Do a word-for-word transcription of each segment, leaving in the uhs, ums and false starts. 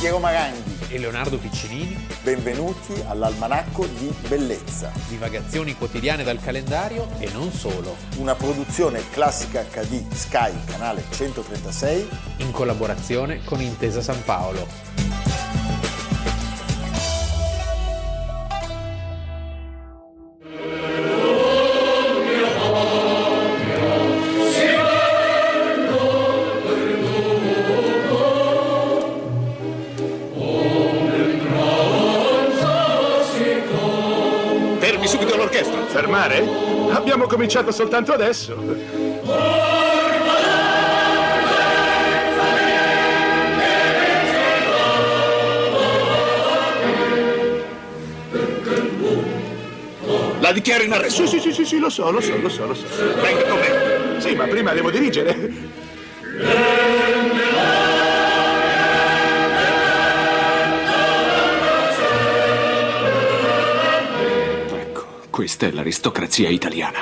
Piero Maranghi e Leonardo Piccinini. Benvenuti all'Almanacco di Bellezza. Divagazioni quotidiane dal calendario e non solo. Una produzione Classica acca di Sky, canale centotrentasei. In collaborazione con Intesa San Paolo. Fermare? Abbiamo cominciato soltanto adesso. La dichiaro in arresto. Sì, sì, sì, sì, lo so, lo so, lo so, lo so. Venga con me. Sì, ma prima devo dirigere. Questa è l'aristocrazia italiana.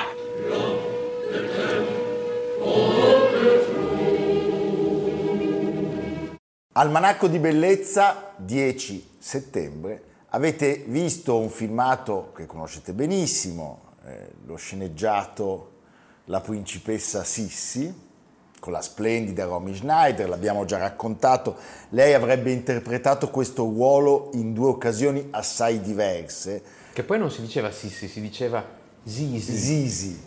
Almanacco di Bellezza, dieci settembre. Avete visto un filmato che conoscete benissimo, eh, lo sceneggiato La principessa Sissi, con la splendida Romy Schneider, l'abbiamo già raccontato. Lei avrebbe interpretato questo ruolo in due occasioni assai diverse. Che poi non si diceva Sissi, si diceva Zizi. Zizi.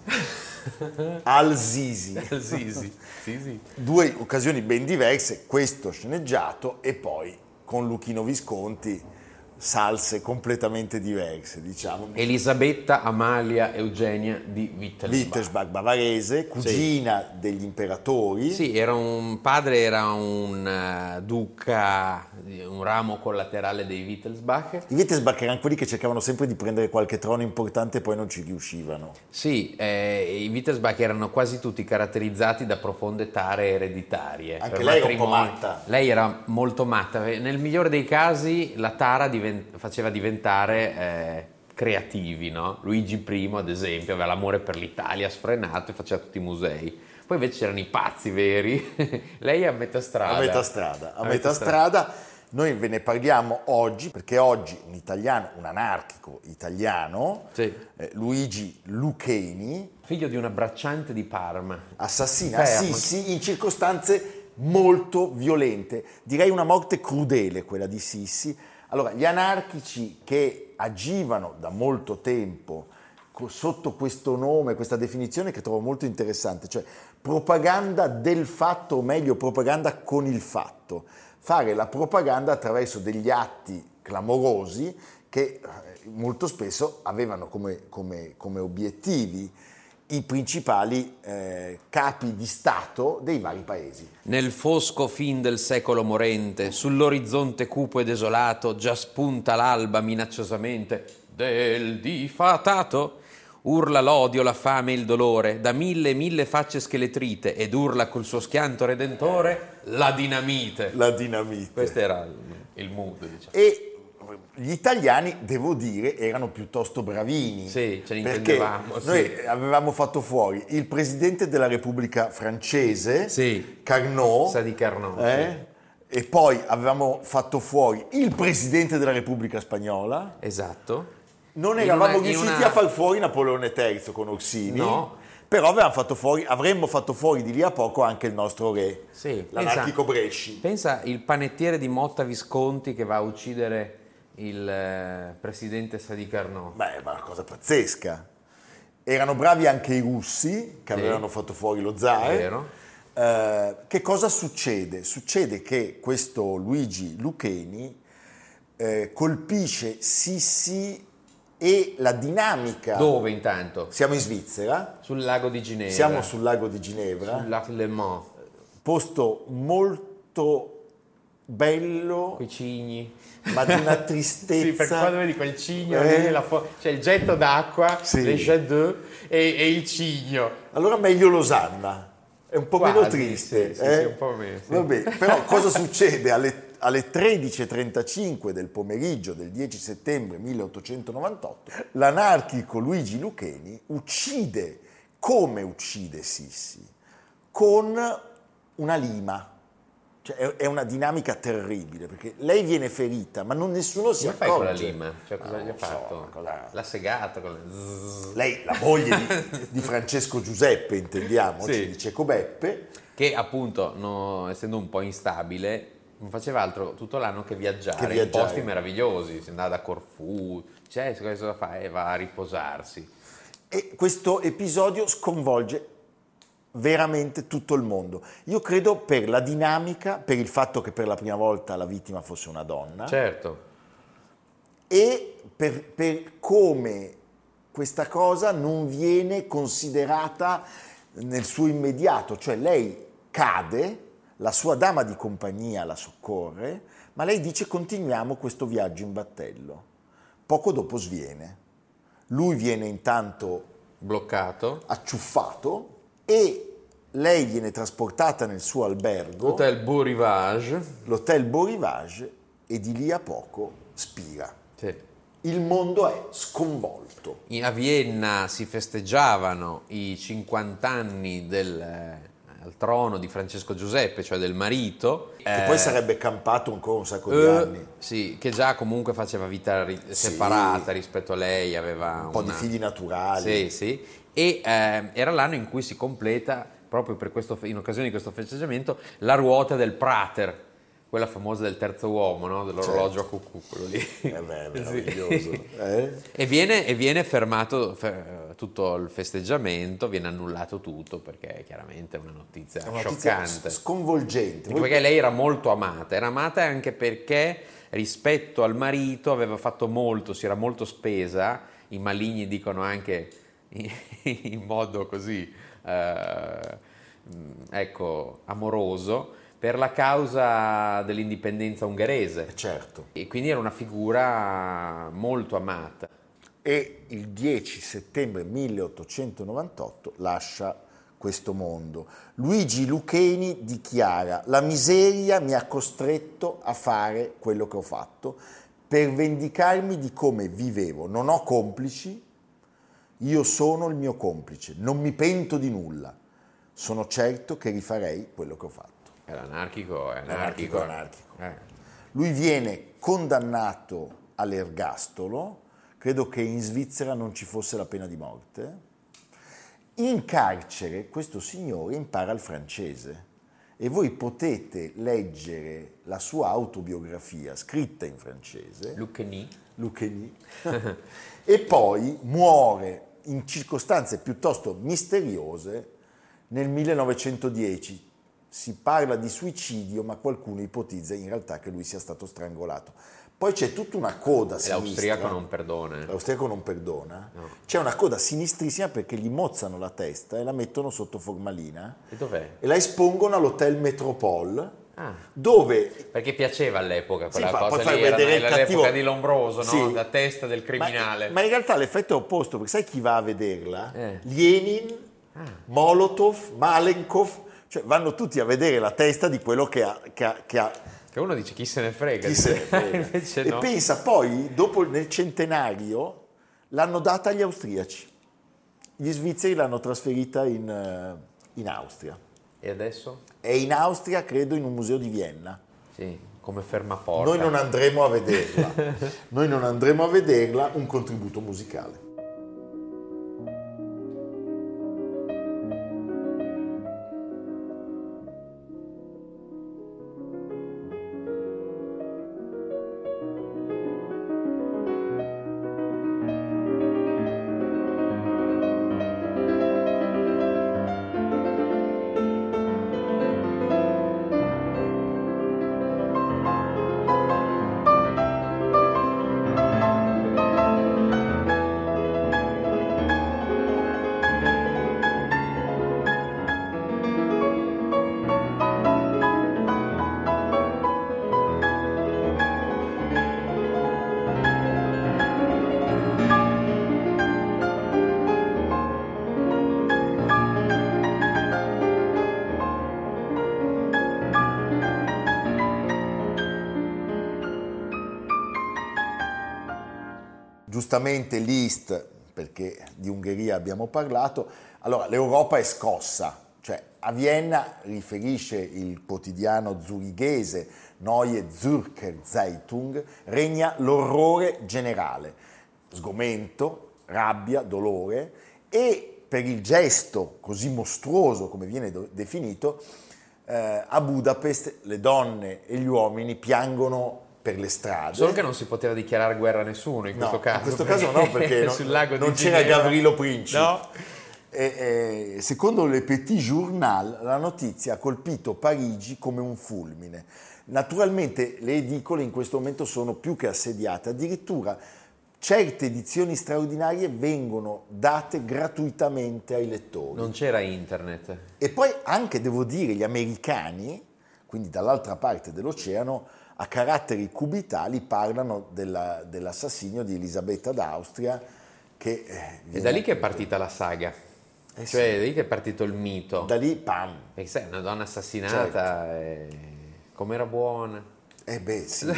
Al-Zizi. Al-Zizi. Zizi. Due occasioni ben diverse, questo sceneggiato e poi con Luchino Visconti salse completamente diverse, diciamo. Elisabetta Amalia Eugenia di Wittelsbach. Wittelsbach bavarese, cugina sì. degli imperatori. Sì, era un padre, era un uh, duca, un ramo collaterale dei Wittelsbach. I Wittelsbach erano quelli che cercavano sempre di prendere qualche trono importante e poi non ci riuscivano. Sì, eh, i Wittelsbach erano quasi tutti caratterizzati da profonde tare ereditarie. Anche lei era un po' matta. Lei era molto matta. Nel migliore dei casi la tara diventava faceva diventare eh, creativi, no? Luigi primo, ad esempio, aveva l'amore per l'Italia sfrenato e faceva tutti i musei. Poi invece c'erano i pazzi veri. Lei è a metà strada. A metà strada, a, a metà, metà strada. strada. Noi ve ne parliamo oggi perché oggi un italiano, un anarchico italiano, sì. eh, Luigi Luccheni, figlio di una bracciante di Parma, assassina Sissi in circostanze molto violente. Direi una morte crudele quella di Sissi. Allora, gli anarchici che agivano da molto tempo sotto questo nome, questa definizione che trovo molto interessante, cioè propaganda del fatto, o meglio propaganda con il fatto, fare la propaganda attraverso degli atti clamorosi che molto spesso avevano come, come, come obiettivi i principali eh, capi di Stato dei vari paesi. Nel fosco fin del secolo morente, sull'orizzonte cupo e desolato, già spunta l'alba minacciosamente del difatato. Urla l'odio, la fame e il dolore, da mille e mille facce scheletrite, ed urla col suo schianto redentore la dinamite. La dinamite. Questo era il, il mood, diciamo. E gli italiani, devo dire, erano piuttosto bravini. Sì, ce ne intendevamo. Noi sì. avevamo fatto fuori il presidente della Repubblica francese, sì. Carnot. Sa di Carnot. Eh? Sì. E poi avevamo fatto fuori il presidente della Repubblica spagnola. Esatto. Non eravamo una, riusciti una... a far fuori Napoleone terzo con Orsini. No. Però avevamo fatto fuori, avremmo fatto fuori di lì a poco anche il nostro re, sì, l'anarchico pensa, Bresci. Pensa il panettiere di Motta Visconti che va a uccidere il eh, presidente Sadi Carnot. Beh, ma una cosa pazzesca. Erano bravi anche i russi che sì. avevano fatto fuori lo zar. È vero. Eh, che cosa succede? Succede che questo Luigi Luccheni eh, colpisce Sissi e la dinamica... Dove intanto? Siamo in Svizzera. Sul lago di Ginevra. Siamo sul lago di Ginevra. Sul lac Le Mans. Posto molto bello. Quei cigni. Ma di una tristezza. Sì, perché quando vedi quel cigno, eh? la fo- c'è il getto d'acqua, sì. le jet d'eau e, e il cigno. Allora meglio Losanna. È un po' Quasi, meno triste. Sì, eh? sì, sì, un po' meno. Sì. Vabbè, però cosa succede alle alle tredici e trentacinque del pomeriggio del dieci settembre milleottocentonovantotto, l'anarchico Luigi Luccheni uccide, come uccide Sissi? Con una lima. Cioè, è, è una dinamica terribile, perché lei viene ferita, ma non nessuno si Come fai accorge. con la lima? Cioè, cosa No, gli ha non so, fatto? cosa- L'ha segata con le... Lei, la moglie di, di Francesco Giuseppe, intendiamoci, Sì. di Cecco Beppe, Che appunto, no, essendo un po' instabile, non faceva altro tutto l'anno che viaggiare, Che in viaggiare. posti meravigliosi. Si andava da Corfù, cioè cosa fa? E va a riposarsi. e questo episodio sconvolge veramente tutto il mondo. Io credo per la dinamica, per il fatto che per la prima volta la vittima fosse una donna, Certo. e per, per come questa cosa non viene considerata nel suo immediato, cioè lei cade, la sua dama di compagnia la soccorre, ma lei dice continuiamo questo viaggio in battello. Poco dopo sviene. Lui viene intanto Bloccato. acciuffato e lei viene trasportata nel suo albergo, Hotel Beau Rivage. l'Hotel Beau Rivage, e di lì a poco spira. Sì. Il mondo è sconvolto. In- A Vienna si festeggiavano i cinquanta anni del, eh, al trono di Francesco Giuseppe, cioè del marito. Che Eh, poi sarebbe campato ancora un sacco di eh, anni. sì, che già comunque faceva vita ri- Sì. separata rispetto a lei, aveva Un po' di una- figli naturali. Sì, sì. E eh, era l'anno in cui si completa, proprio per questo, in occasione di questo festeggiamento, la ruota del Prater, quella famosa del terzo uomo, no? Dell'orologio a cucù, quello lì. Eh beh, è Sì. meraviglioso. Eh? E viene, e viene fermato fe- tutto il festeggiamento, viene annullato tutto, perché chiaramente è una notizia È una notizia scioccante. sconvolgente. Anche perché lei era molto amata, era amata anche perché rispetto al marito aveva fatto molto, si era molto spesa, i maligni dicono anche in, in modo così, eh, ecco, amoroso, per la causa dell'indipendenza ungherese. Certo. E quindi era una figura molto amata. E il dieci settembre milleottocentonovantotto lascia questo mondo. Luigi Luccheni dichiara: la miseria mi ha costretto a fare quello che ho fatto per vendicarmi di come vivevo. Non ho complici, io sono il mio complice, non mi pento di nulla. Sono certo che rifarei quello che ho fatto. È l'anarchico, è Anarchico, anarchico. anarchico. Eh. Lui viene condannato all'ergastolo, credo che in Svizzera non ci fosse la pena di morte. In carcere questo signore impara il francese e voi potete leggere la sua autobiografia scritta in francese, Luccheni. Luccheni, e poi muore in circostanze piuttosto misteriose nel millenovecentodieci. Si parla di suicidio, ma qualcuno ipotizza in realtà che lui sia stato strangolato. Poi c'è tutta una coda E sinistra. l'austriaco non perdona. L'austriaco non perdona. No. C'è una coda sinistrissima perché gli mozzano la testa e la mettono sotto formalina E dov'è? e la espongono all'Hotel Metropole, Ah, dove... perché piaceva all'epoca quella Sì, fa- cosa poi fai lì, era vedere il l'epoca cattivo- di Lombroso, no? Sì. La testa del Ma, criminale. ma in realtà l'effetto è opposto, perché sai chi va a vederla? Eh. Lenin, Ah. Molotov, Malenkov, cioè vanno tutti a vedere la testa di quello che ha... Che ha, che ha Che uno dice chi se ne frega. chi se ne frega. Invece E no. pensa poi, dopo nel centenario, l'hanno data agli austriaci. Gli svizzeri l'hanno trasferita in, eh, in Austria. E adesso? È in Austria, credo, in un museo di Vienna. Sì, come fermaporta. Noi non andremo a vederla. Noi non andremo a vederla, un contributo musicale. Giustamente l'East, perché di Ungheria abbiamo parlato, allora l'Europa è scossa, cioè a Vienna, riferisce il quotidiano zurighese Neue Zürcher Zeitung, regna l'orrore generale, sgomento, rabbia, dolore, e per il gesto così mostruoso come viene do- definito, eh, a Budapest le donne e gli uomini piangono per le strade. Solo che non si poteva dichiarare guerra a nessuno in questo no, caso. In questo caso no, perché non, sul lago non di c'era Ginevra. Gavrilo Princip. No. E, e, secondo Le Petit Journal la notizia ha colpito Parigi come un fulmine. Naturalmente le edicole in questo momento sono più che assediate, addirittura certe edizioni straordinarie vengono date gratuitamente ai lettori. Non c'era internet. E poi anche, devo dire, gli americani, quindi dall'altra parte dell'oceano, a caratteri cubitali parlano della, dell'assassinio di Elisabetta d'Austria. Che, eh, È da lì che è partita la saga. Eh Cioè, sì. è da lì che è partito il mito. Da lì, pam. Perché sai, una donna assassinata, Certo. e... com'era buona. Eh beh, sì.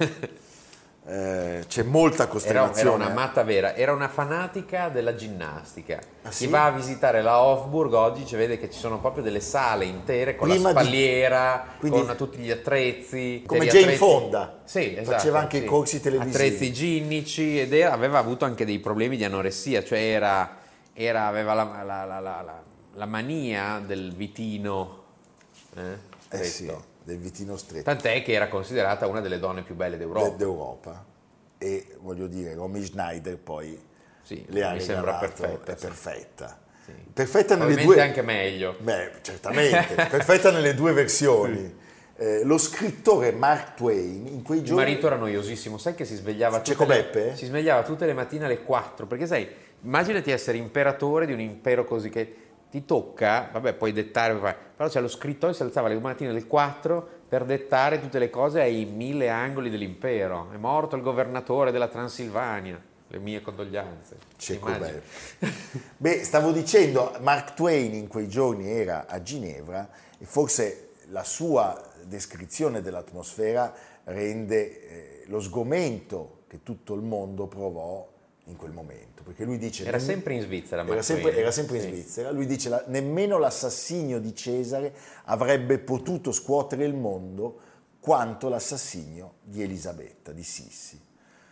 eh, c'è molta Era, costernazione. era una matta vera, era una fanatica della ginnastica. Ah, Chi sì? va a visitare la Hofburg oggi ci vede che ci sono proprio delle sale intere con Prima la di- spalliera, quindi- con tutti gli attrezzi. Come degli Jane attrezzi- Fonda. Sì, esatto, Faceva anche sì. i corsi televisivi. Attrezzi ginnici, ed era, aveva avuto anche dei problemi di anoressia, cioè era, era- aveva la, la- la- la- la- la mania del vitino. Eh, Eh sì, stretto. del vitino stretto. Tant'è che era considerata una delle donne più belle d'Europa. d'Europa. E voglio dire, Romy Schneider poi Sì, le ha mi sembra regalato- perfetta, è sì. perfetta. Sì. Perfetta nelle Probabilmente due... anche meglio. Beh, certamente, perfetta nelle due versioni. Eh, lo scrittore Mark Twain in quei Il giorni... marito era noiosissimo, sai che si svegliava Cecco tutte le, Beppe? si svegliava tutte le mattine alle quattro, perché sai, immaginati essere imperatore di un impero così che ti tocca, vabbè, puoi dettare, però c'è lo scrittore, si alzava le mattine alle quattro per dettare tutte le cose ai mille angoli dell'impero. È morto il governatore della Transilvania, le mie condoglianze. Cecco Immagini. Beppe. Beh, stavo dicendo, Mark Twain in quei giorni era a Ginevra e forse la sua descrizione dell'atmosfera rende eh, lo sgomento che tutto il mondo provò in quel momento, perché lui dice... Era "Nem- sempre in Svizzera, Era Mark sempre, Twain. era sempre in Sì. Svizzera, lui dice la, nemmeno l'assassinio di Cesare avrebbe potuto scuotere il mondo quanto l'assassinio di Elisabetta, di Sissi.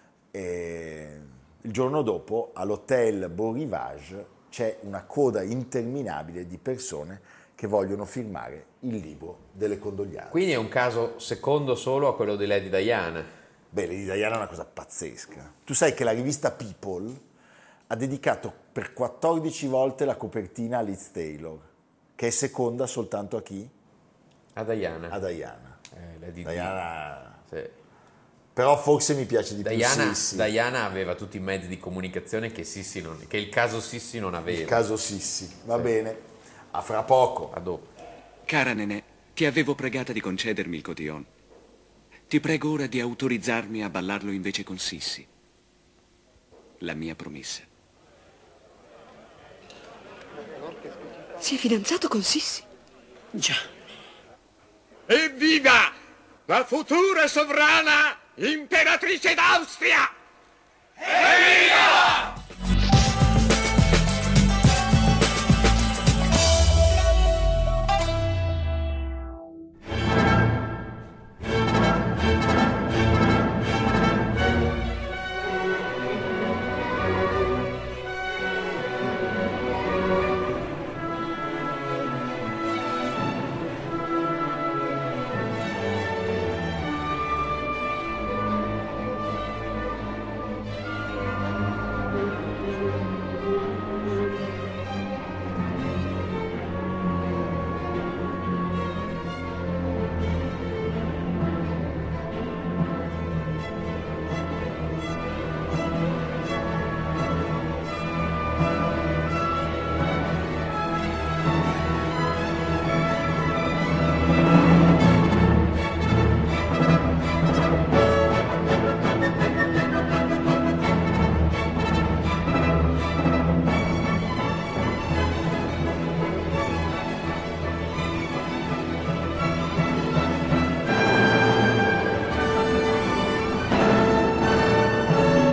E il giorno dopo all'hotel Beau Rivage c'è una coda interminabile di persone che vogliono firmare il libro delle condoglianze. Quindi è un caso secondo solo a quello di Lady Diana. Beh, Lady Diana è una cosa pazzesca. Tu sai che la rivista People ha dedicato per quattordici volte la copertina a Liz Taylor, che è seconda soltanto a chi? A Diana. A Diana. Eh, Lady Diana... Sì. Però forse mi piace di Diana, più Sissi. Diana aveva tutti i mezzi di comunicazione che, Sissi non, che il caso Sissi non aveva. Il caso Sissi. Va Sì. bene. A fra poco. A dopo. Cara Nenè, ti avevo pregata di concedermi il cotillon. Ti prego ora di autorizzarmi a ballarlo invece con Sissi. La mia promessa. Si è fidanzato con Sissi? Già. Evviva! La futura sovrana imperatrice d'Austria!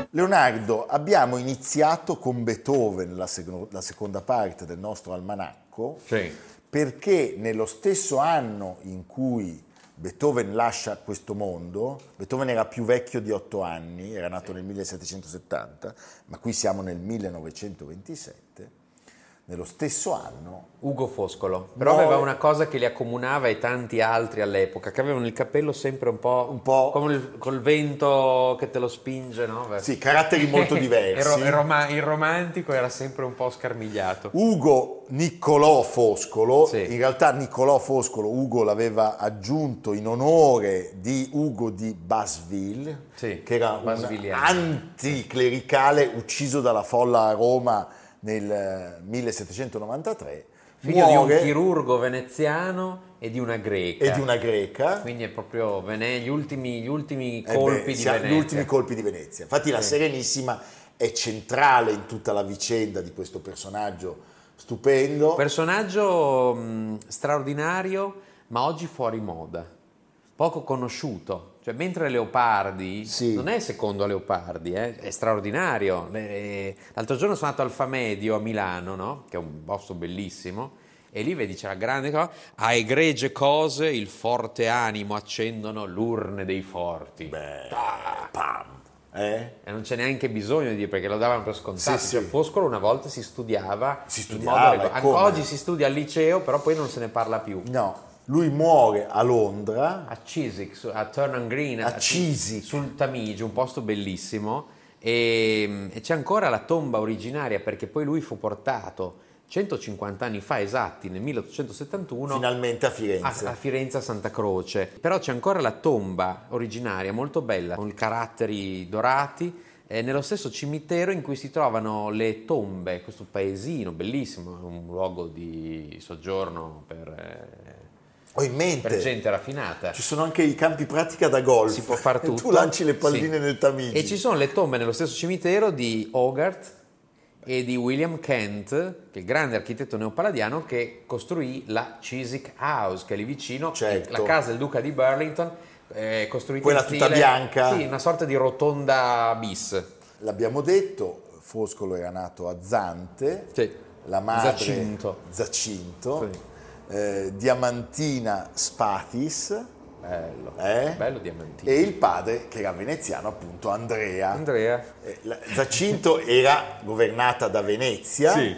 Leonardo, abbiamo iniziato con Beethoven, la, sec- la seconda parte del nostro almanacco, bianco, Sì. perché nello stesso anno in cui Beethoven lascia questo mondo, Beethoven era più vecchio di otto anni, era nato nel millesettecentosettanta, ma qui siamo nel millenovecentoventisette, nello stesso anno Ugo Foscolo, però No. aveva una cosa che li accomunava e tanti altri all'epoca, che avevano il capello sempre un po', Un po'- come il, col vento che te lo spinge, no? Verso- sì, caratteri molto il, diversi. ro- il roma- il romantico era sempre un po' scarmigliato. Ugo Niccolò Foscolo, Sì. in realtà Niccolò Foscolo Ugo l'aveva aggiunto in onore di Ugo di Basville, Sì, che era un basviliano. anticlericale ucciso dalla folla a Roma nel millesettecentonovantatré, Figlio di muore un chirurgo veneziano e di una greca. e di una greca. Quindi è proprio Vene- gli ultimi, gli ultimi Eh colpi beh, di siamo- Venezia. Gli ultimi colpi di Venezia. Infatti la Serenissima è centrale in tutta la vicenda di questo personaggio stupendo. Personaggio mh, straordinario, ma oggi fuori moda, poco conosciuto. Cioè, mentre Leopardi Sì. non è secondo a Leopardi, eh, è straordinario. Le- L'altro giorno sono andato al Famedio a Milano, no? Che è un posto bellissimo, e lì vedi c'è la grande cosa: a egregie cose il forte animo accendono l'urne dei forti. Beh, pam, eh? E non c'è neanche bisogno di dire, perché lo davano per scontato. Sì, Cioè, sì. Foscolo una volta si studiava, Si in studiava, modo regolare. e come? Oggi si studia al liceo, però poi non se ne parla più. No, lui muore a Londra. A Chiswick, su- a Turnham Green, A Chiswick. sul Tamigi, un posto bellissimo, e, e c'è ancora la tomba originaria, perché poi lui fu portato centocinquanta anni fa esatti, nel milleottocentosettantuno, Finalmente a a, Firenze. a Firenze a Santa Croce. Però c'è ancora la tomba originaria, molto bella, con i caratteri dorati, eh, nello stesso cimitero in cui si trovano le tombe, questo paesino bellissimo, un luogo di soggiorno per, eh, Ho in mente, per gente raffinata. ci sono anche i campi pratica da golf. Si può far E tutto. tu lanci le palline Sì. nel Tamigi. E ci sono le tombe nello stesso cimitero di Hogarth e di William Kent, che è il grande architetto neopalladiano che costruì la Chiswick House, che è lì vicino, Certo. la casa del duca di Burlington, eh, costruita Quella in tutta stile- bianca. Sì, una sorta di rotonda bis. L'abbiamo detto, Foscolo era nato a Zante, Sì. la madre Zacinto. Zacinto, Sì. eh, Diamantina Spathis, Bello, eh? bello diamantino. e il padre, che era veneziano, appunto, Andrea. Andrea. Eh, la- Zacinto era governata da Venezia. Sì.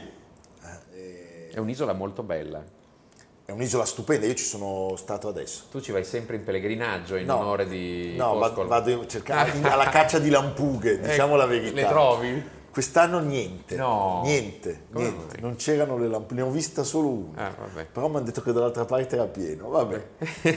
È un'isola molto bella. È un'isola stupenda, io ci sono stato adesso. Tu ci vai sempre in pellegrinaggio in No, onore di no, va- Foscolo. vado in- cerca- alla caccia di lampughe, diciamo Eh, la verità. Le trovi? Quest'anno niente, No. niente, Come niente. mai? non c'erano le lampughe, ne ho vista solo una, Ah, vabbè. però mi hanno detto che dall'altra parte era pieno, vabbè.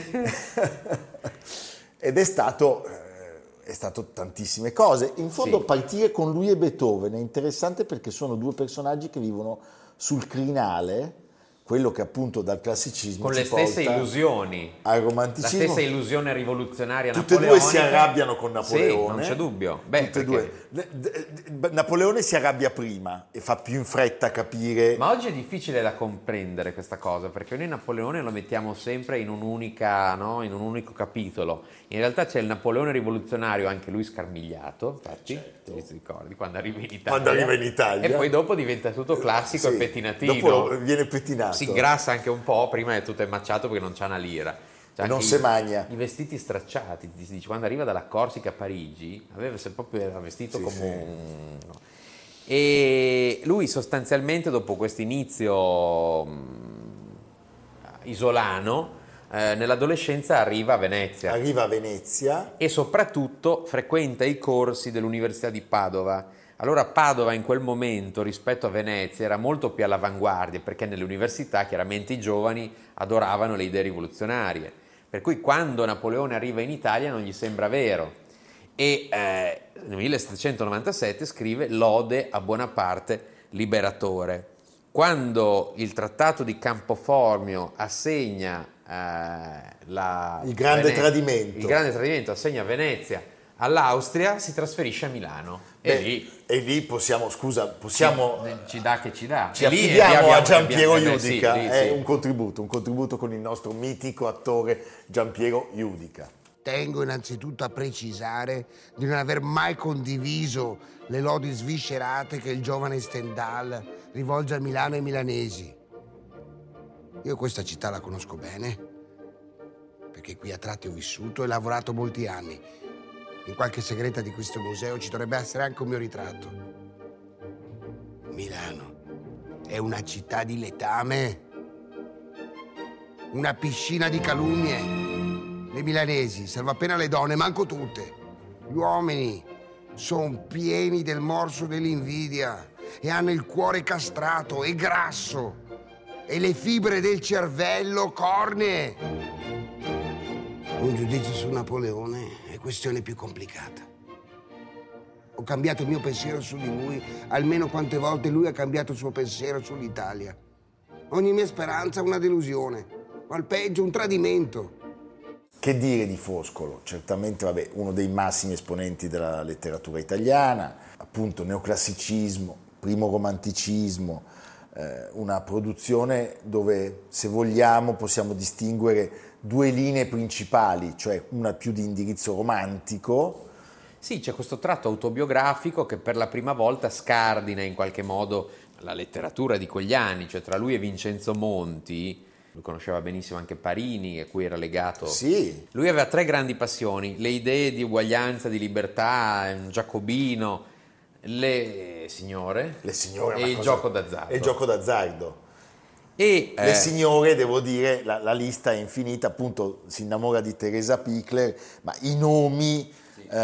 Ed è stato, eh, è stato tantissime cose. In fondo Sì. partire con lui e Beethoven è interessante perché sono due personaggi che vivono sul crinale, quello che appunto dal classicismo Con ci le stesse porta illusioni. al La romanticismo. stessa illusione rivoluzionaria Tutte e due napoleonica. si arrabbiano con Napoleone. Sì, non c'è dubbio. Beh, Tutte e perché- due. D- d- Napoleone si arrabbia prima e fa più in fretta a capire. Ma oggi è difficile da comprendere questa cosa, perché noi Napoleone lo mettiamo sempre in un'unica, no? in un unico capitolo. In realtà c'è il Napoleone rivoluzionario, anche lui scarmigliato, infatti, te li ricordi, quando arriva in Italia. Quando arriva in Italia. E poi dopo diventa tutto classico Sì, e pettinatino. dopo viene pettinato. Si ingrassa anche un po', prima è tutto emmacciato perché non c'ha una lira. Cioè, E non anche se i- magna. I vestiti stracciati, ti si dice, quando arriva dalla Corsica a Parigi, aveva se proprio era vestito Sì, come sì. un... no. E lui sostanzialmente dopo questo inizio mh, isolano, eh, nell'adolescenza arriva a Venezia Arriva a Venezia. e soprattutto frequenta i corsi dell'Università di Padova. Allora Padova in quel momento rispetto a Venezia era molto più all'avanguardia, perché nelle università chiaramente i giovani adoravano le idee rivoluzionarie, per cui quando Napoleone arriva in Italia non gli sembra vero, e eh, nel millesettecentonovantasette scrive Lode a Bonaparte liberatore. Quando il trattato di Campoformio assegna eh, la Il grande Vene- tradimento. il grande tradimento assegna Venezia all'Austria, si trasferisce a Milano. Beh, e lì e lì possiamo, scusa, possiamo. ci, ci dà che ci dà. Ci E lì affidiamo abbiamo- a Giampiero abbiamo- eh beh, Judica, sì, lì è sì. un contributo, un contributo con il nostro mitico attore Giampiero Judica. Tengo innanzitutto a precisare di non aver mai condiviso le lodi sviscerate che il giovane Stendhal rivolge a Milano e ai milanesi. Io questa città la conosco bene, perché qui a tratti ho vissuto e lavorato molti anni. In qualche segreta di questo museo ci dovrebbe essere anche un mio ritratto. Milano è una città di letame, una piscina di calunnie. Le milanesi, salvo appena le donne, manco tutte. Gli uomini sono pieni del morso dell'invidia e hanno il cuore castrato e grasso e le fibre del cervello cornee. Un giudizio su Napoleone è questione più complicata. Ho cambiato il mio pensiero su di lui almeno quante volte lui ha cambiato il suo pensiero sull'Italia. Ogni mia speranza è una delusione, o al peggio un tradimento. Che dire di Foscolo? Certamente, vabbè, uno dei massimi esponenti della letteratura italiana, appunto neoclassicismo, primo romanticismo, eh, una produzione dove, se vogliamo, possiamo distinguere due linee principali, cioè una più di indirizzo romantico. Sì, c'è questo tratto autobiografico che per la prima volta scardina in qualche modo la letteratura di quegli anni, cioè tra lui e Vincenzo Monti. Lui conosceva benissimo anche Parini, a cui era legato. Sì. Lui aveva tre grandi passioni: le idee di uguaglianza, di libertà, un giacobino, le signore, Le signore, e ma il cosa- gioco d'azzardo. E il gioco d'azzardo. E, Le eh, signore, devo dire, la, la lista è infinita, appunto si innamora di Teresa Pickler, ma i nomi,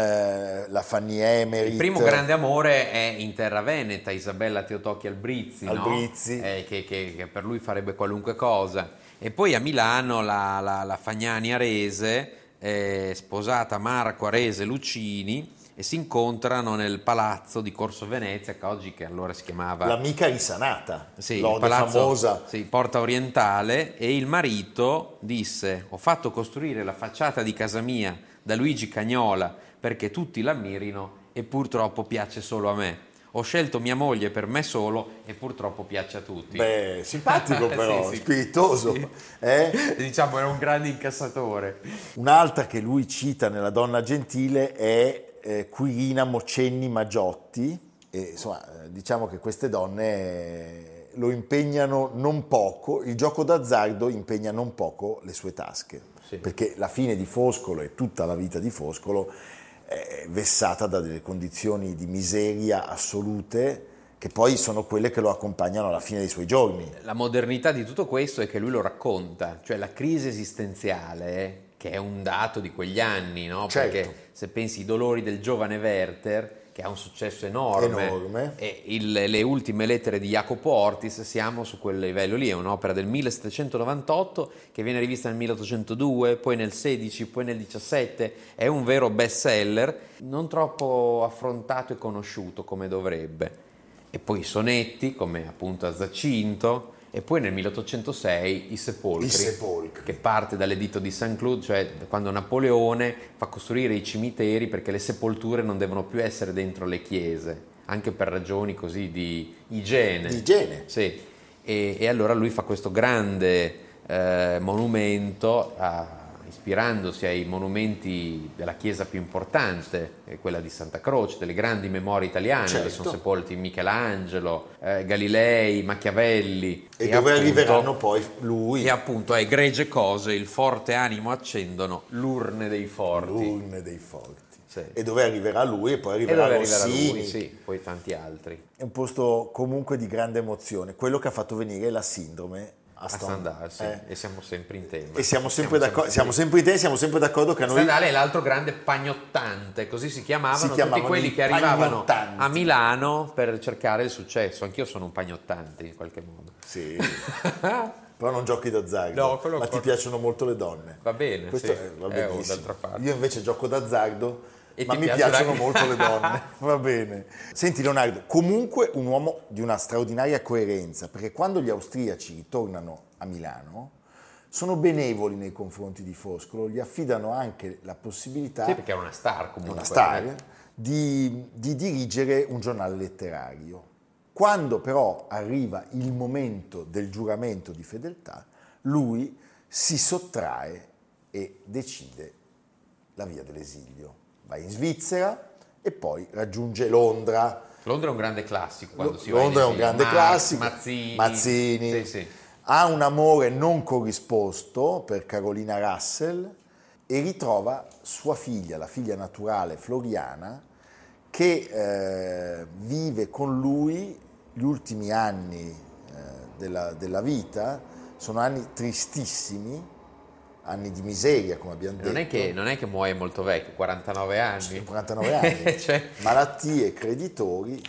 eh, la Fanny Emerit. il primo grande amore è in terra veneta, Isabella Teotocchi Albrizzi, no? Albrizzi. Eh, che, che- che per lui farebbe qualunque cosa. E poi a Milano la, la, la Fagnani Arese, eh, sposata Marco Arese Lucini, e si incontrano nel palazzo di Corso Venezia, che oggi, che allora si chiamava L'amica risanata, sì, il l'ode palazzo, famosa. sì, Porta Orientale, e il marito disse: ho fatto costruire la facciata di casa mia da Luigi Cagnola perché tutti l'ammirino e purtroppo piace solo a me. Ho scelto mia moglie per me solo e purtroppo piace a tutti. Beh, simpatico però, Sì, sì. spiritoso. Sì. eh? Diciamo era un grande incassatore. Un'altra che lui cita nella Donna Gentile è eh, Quirina Mocenni Magiotti, e insomma eh, diciamo che queste donne eh, lo impegnano non poco, il gioco d'azzardo impegna non poco le sue tasche, Sì. perché la fine di Foscolo e tutta la vita di Foscolo è vessata da delle condizioni di miseria assolute, che poi sono quelle che lo accompagnano alla fine dei suoi giorni. La modernità di tutto questo è che lui lo racconta, cioè la crisi esistenziale, che è un dato di quegli anni, no? Certo. Perché se pensi ai dolori del giovane Werther, che ha un successo enorme, Enorme. e il- le ultime lettere di Jacopo Ortis, siamo su quel livello lì. È un'opera del millesettecentonovantotto che viene rivista nel milleottocentodue, poi nel sedici, poi nel diciassette. È un vero bestseller, non troppo affrontato e conosciuto come dovrebbe. E poi i sonetti, come appunto a Zacinto, e poi nel milleottocentosei i Sepolcri, I Sepolcri. che parte dall'editto di Saint-Cloud, cioè quando Napoleone fa costruire i cimiteri perché le sepolture non devono più essere dentro le chiese, anche per ragioni così di igiene. Di igiene. Sì. E, e allora lui fa questo grande eh, monumento, a- ispirandosi ai monumenti della chiesa più importante, che è quella di Santa Croce, delle grandi memorie italiane, Certo. dove sono sepolti Michelangelo, eh, Galilei, Machiavelli. E, dove appunto- arriveranno poi lui, E appunto a egregie cose il forte animo accendono l'urne dei forti. l'urne dei forti. Sì. E dove arriverà lui e poi E arriverà dove arriverà Rossini. lui, sì, poi tanti altri. È un posto comunque di grande emozione, quello che ha fatto venire la sindrome a A Stendhal, sì, Eh. e siamo sempre in tema. E siamo sempre d'accordo, siamo sempre in te, siamo sempre d'accordo che a noi Stendhal è l'altro grande pagnottante, così si chiamavano, Si chiamavano tutti quelli i che arrivavano pagnottanti. a Milano per cercare il successo. Anch'io sono un pagnottante in qualche modo. sì. Però non giochi d'azzardo, No, quello ma ti ancora- piacciono molto le donne. Va bene, Questo sì. è, va Eh, oh, benissimo. d'altra parte. Io invece gioco d'azzardo, E ma ti mi piacciono piacciono anche- molto le donne. Va bene. Senti Leonardo, comunque un uomo di una straordinaria coerenza, perché quando gli austriaci ritornano a Milano sono benevoli nei confronti di Foscolo, gli affidano anche la possibilità, Sì, perché era una star comunque. una star, eh. di, di dirigere un giornale letterario. Quando però arriva il momento del giuramento di fedeltà, lui si sottrae e decide la via dell'esilio. Va in Svizzera e poi raggiunge Londra. Londra è un grande classico quando Lo- si va in Londra è un esilio. grande Marx, classico. Mazzini. Mazzini. Sì, sì. ha un amore non corrisposto per Carolina Russell e ritrova sua figlia, la figlia naturale Floriana, che eh, vive con lui gli ultimi anni eh, della, della vita. Sono anni tristissimi, anni di miseria, come abbiamo detto. Non è che, non è che muoie molto vecchio, quarantanove anni. quarantanove anni, cioè... malattie, creditori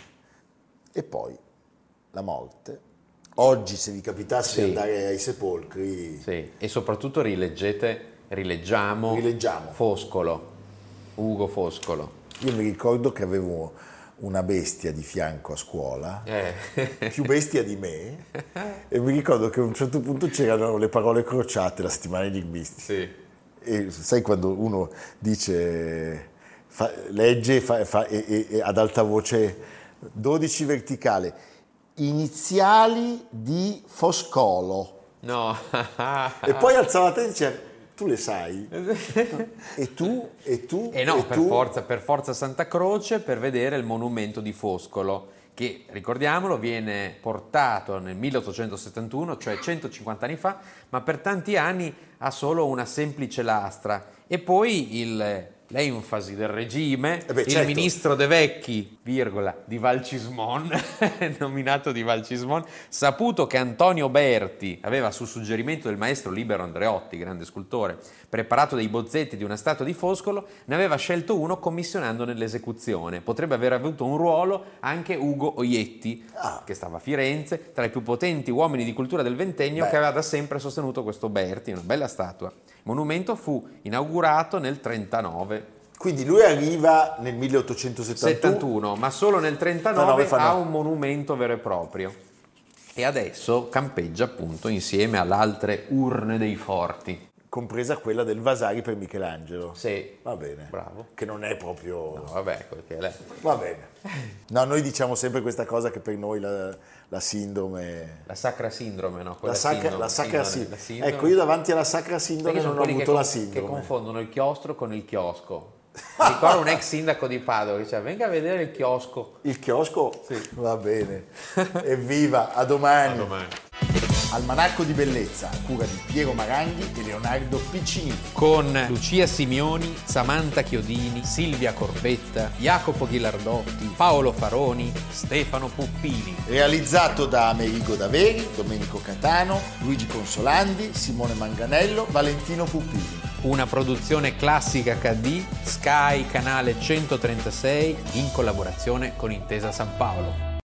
e poi la morte. Oggi, se vi capitasse Sì. di andare ai sepolcri... Sì, e soprattutto rileggete, rileggiamo, Rileggiamo. Foscolo, Ugo Foscolo. Io mi ricordo che avevo una bestia di fianco a scuola, Eh. più bestia di me, e mi ricordo che a un certo punto c'erano le parole crociate, la settimana enigmistica. Sì. E sai quando uno dice, fa, legge fa, fa, e, e, e ad alta voce dodici verticale, iniziali di Foscolo. No. E poi alzava la testa e diceva, tu le sai? E tu? E tu? E no, e per tu? forza, per forza Santa Croce per vedere il monumento di Foscolo, che, ricordiamolo, viene portato nel milleottocentosettantuno, cioè centocinquanta anni fa, ma per tanti anni ha solo una semplice lastra. E poi il... l'enfasi del regime, Eh beh, il certo. ministro De Vecchi, virgola, di Valcismon, nominato di Valcismon, saputo che Antonio Berti aveva, su suggerimento del maestro Libero Andreotti, grande scultore, preparato dei bozzetti di una statua di Foscolo, ne aveva scelto uno commissionandone l'esecuzione. Potrebbe aver avuto un ruolo anche Ugo Oietti, Ah. che stava a Firenze, tra i più potenti uomini di cultura del ventennio, Beh. che aveva da sempre sostenuto questo Berti, una bella statua. Il monumento fu inaugurato nel trentanove. Quindi lui arriva nel milleottocentosettantuno. settantuno, ma solo nel trentanove trentanove fanno- ha un monumento vero e proprio. E adesso campeggia appunto insieme alle altre urne dei forti. Compresa quella del Vasari per Michelangelo. Sì. Va bene. Bravo. Che non è proprio... No, vabbè, quel che è lei. Va bene. No, noi diciamo sempre questa cosa che per noi la, la sindrome... La sacra sindrome, no? Quella La sacra, sindrome, la sacra sindrome, sindrome. la sindrome. Ecco, io davanti alla sacra sindrome Perché sono non ho quelli avuto che, la con- che sindrome. confondono il chiostro con il chiosco. Mi ricordo un ex sindaco di Padova che diceva venga a vedere il chiosco. Il chiosco? Va bene. Evviva, a domani. A domani. Almanacco di bellezza, a cura di Piero Maranghi e Leonardo Piccini. Con Lucia Simioni, Samantha Chiodini, Silvia Corbetta, Jacopo Ghilardotti, Paolo Faroni, Stefano Puppini. Realizzato da Amerigo Daveri, Domenico Catano, Luigi Consolandi, Simone Manganello, Valentino Puppini. Una produzione classica acca di Sky Canale centotrentasei in collaborazione con Intesa San Paolo.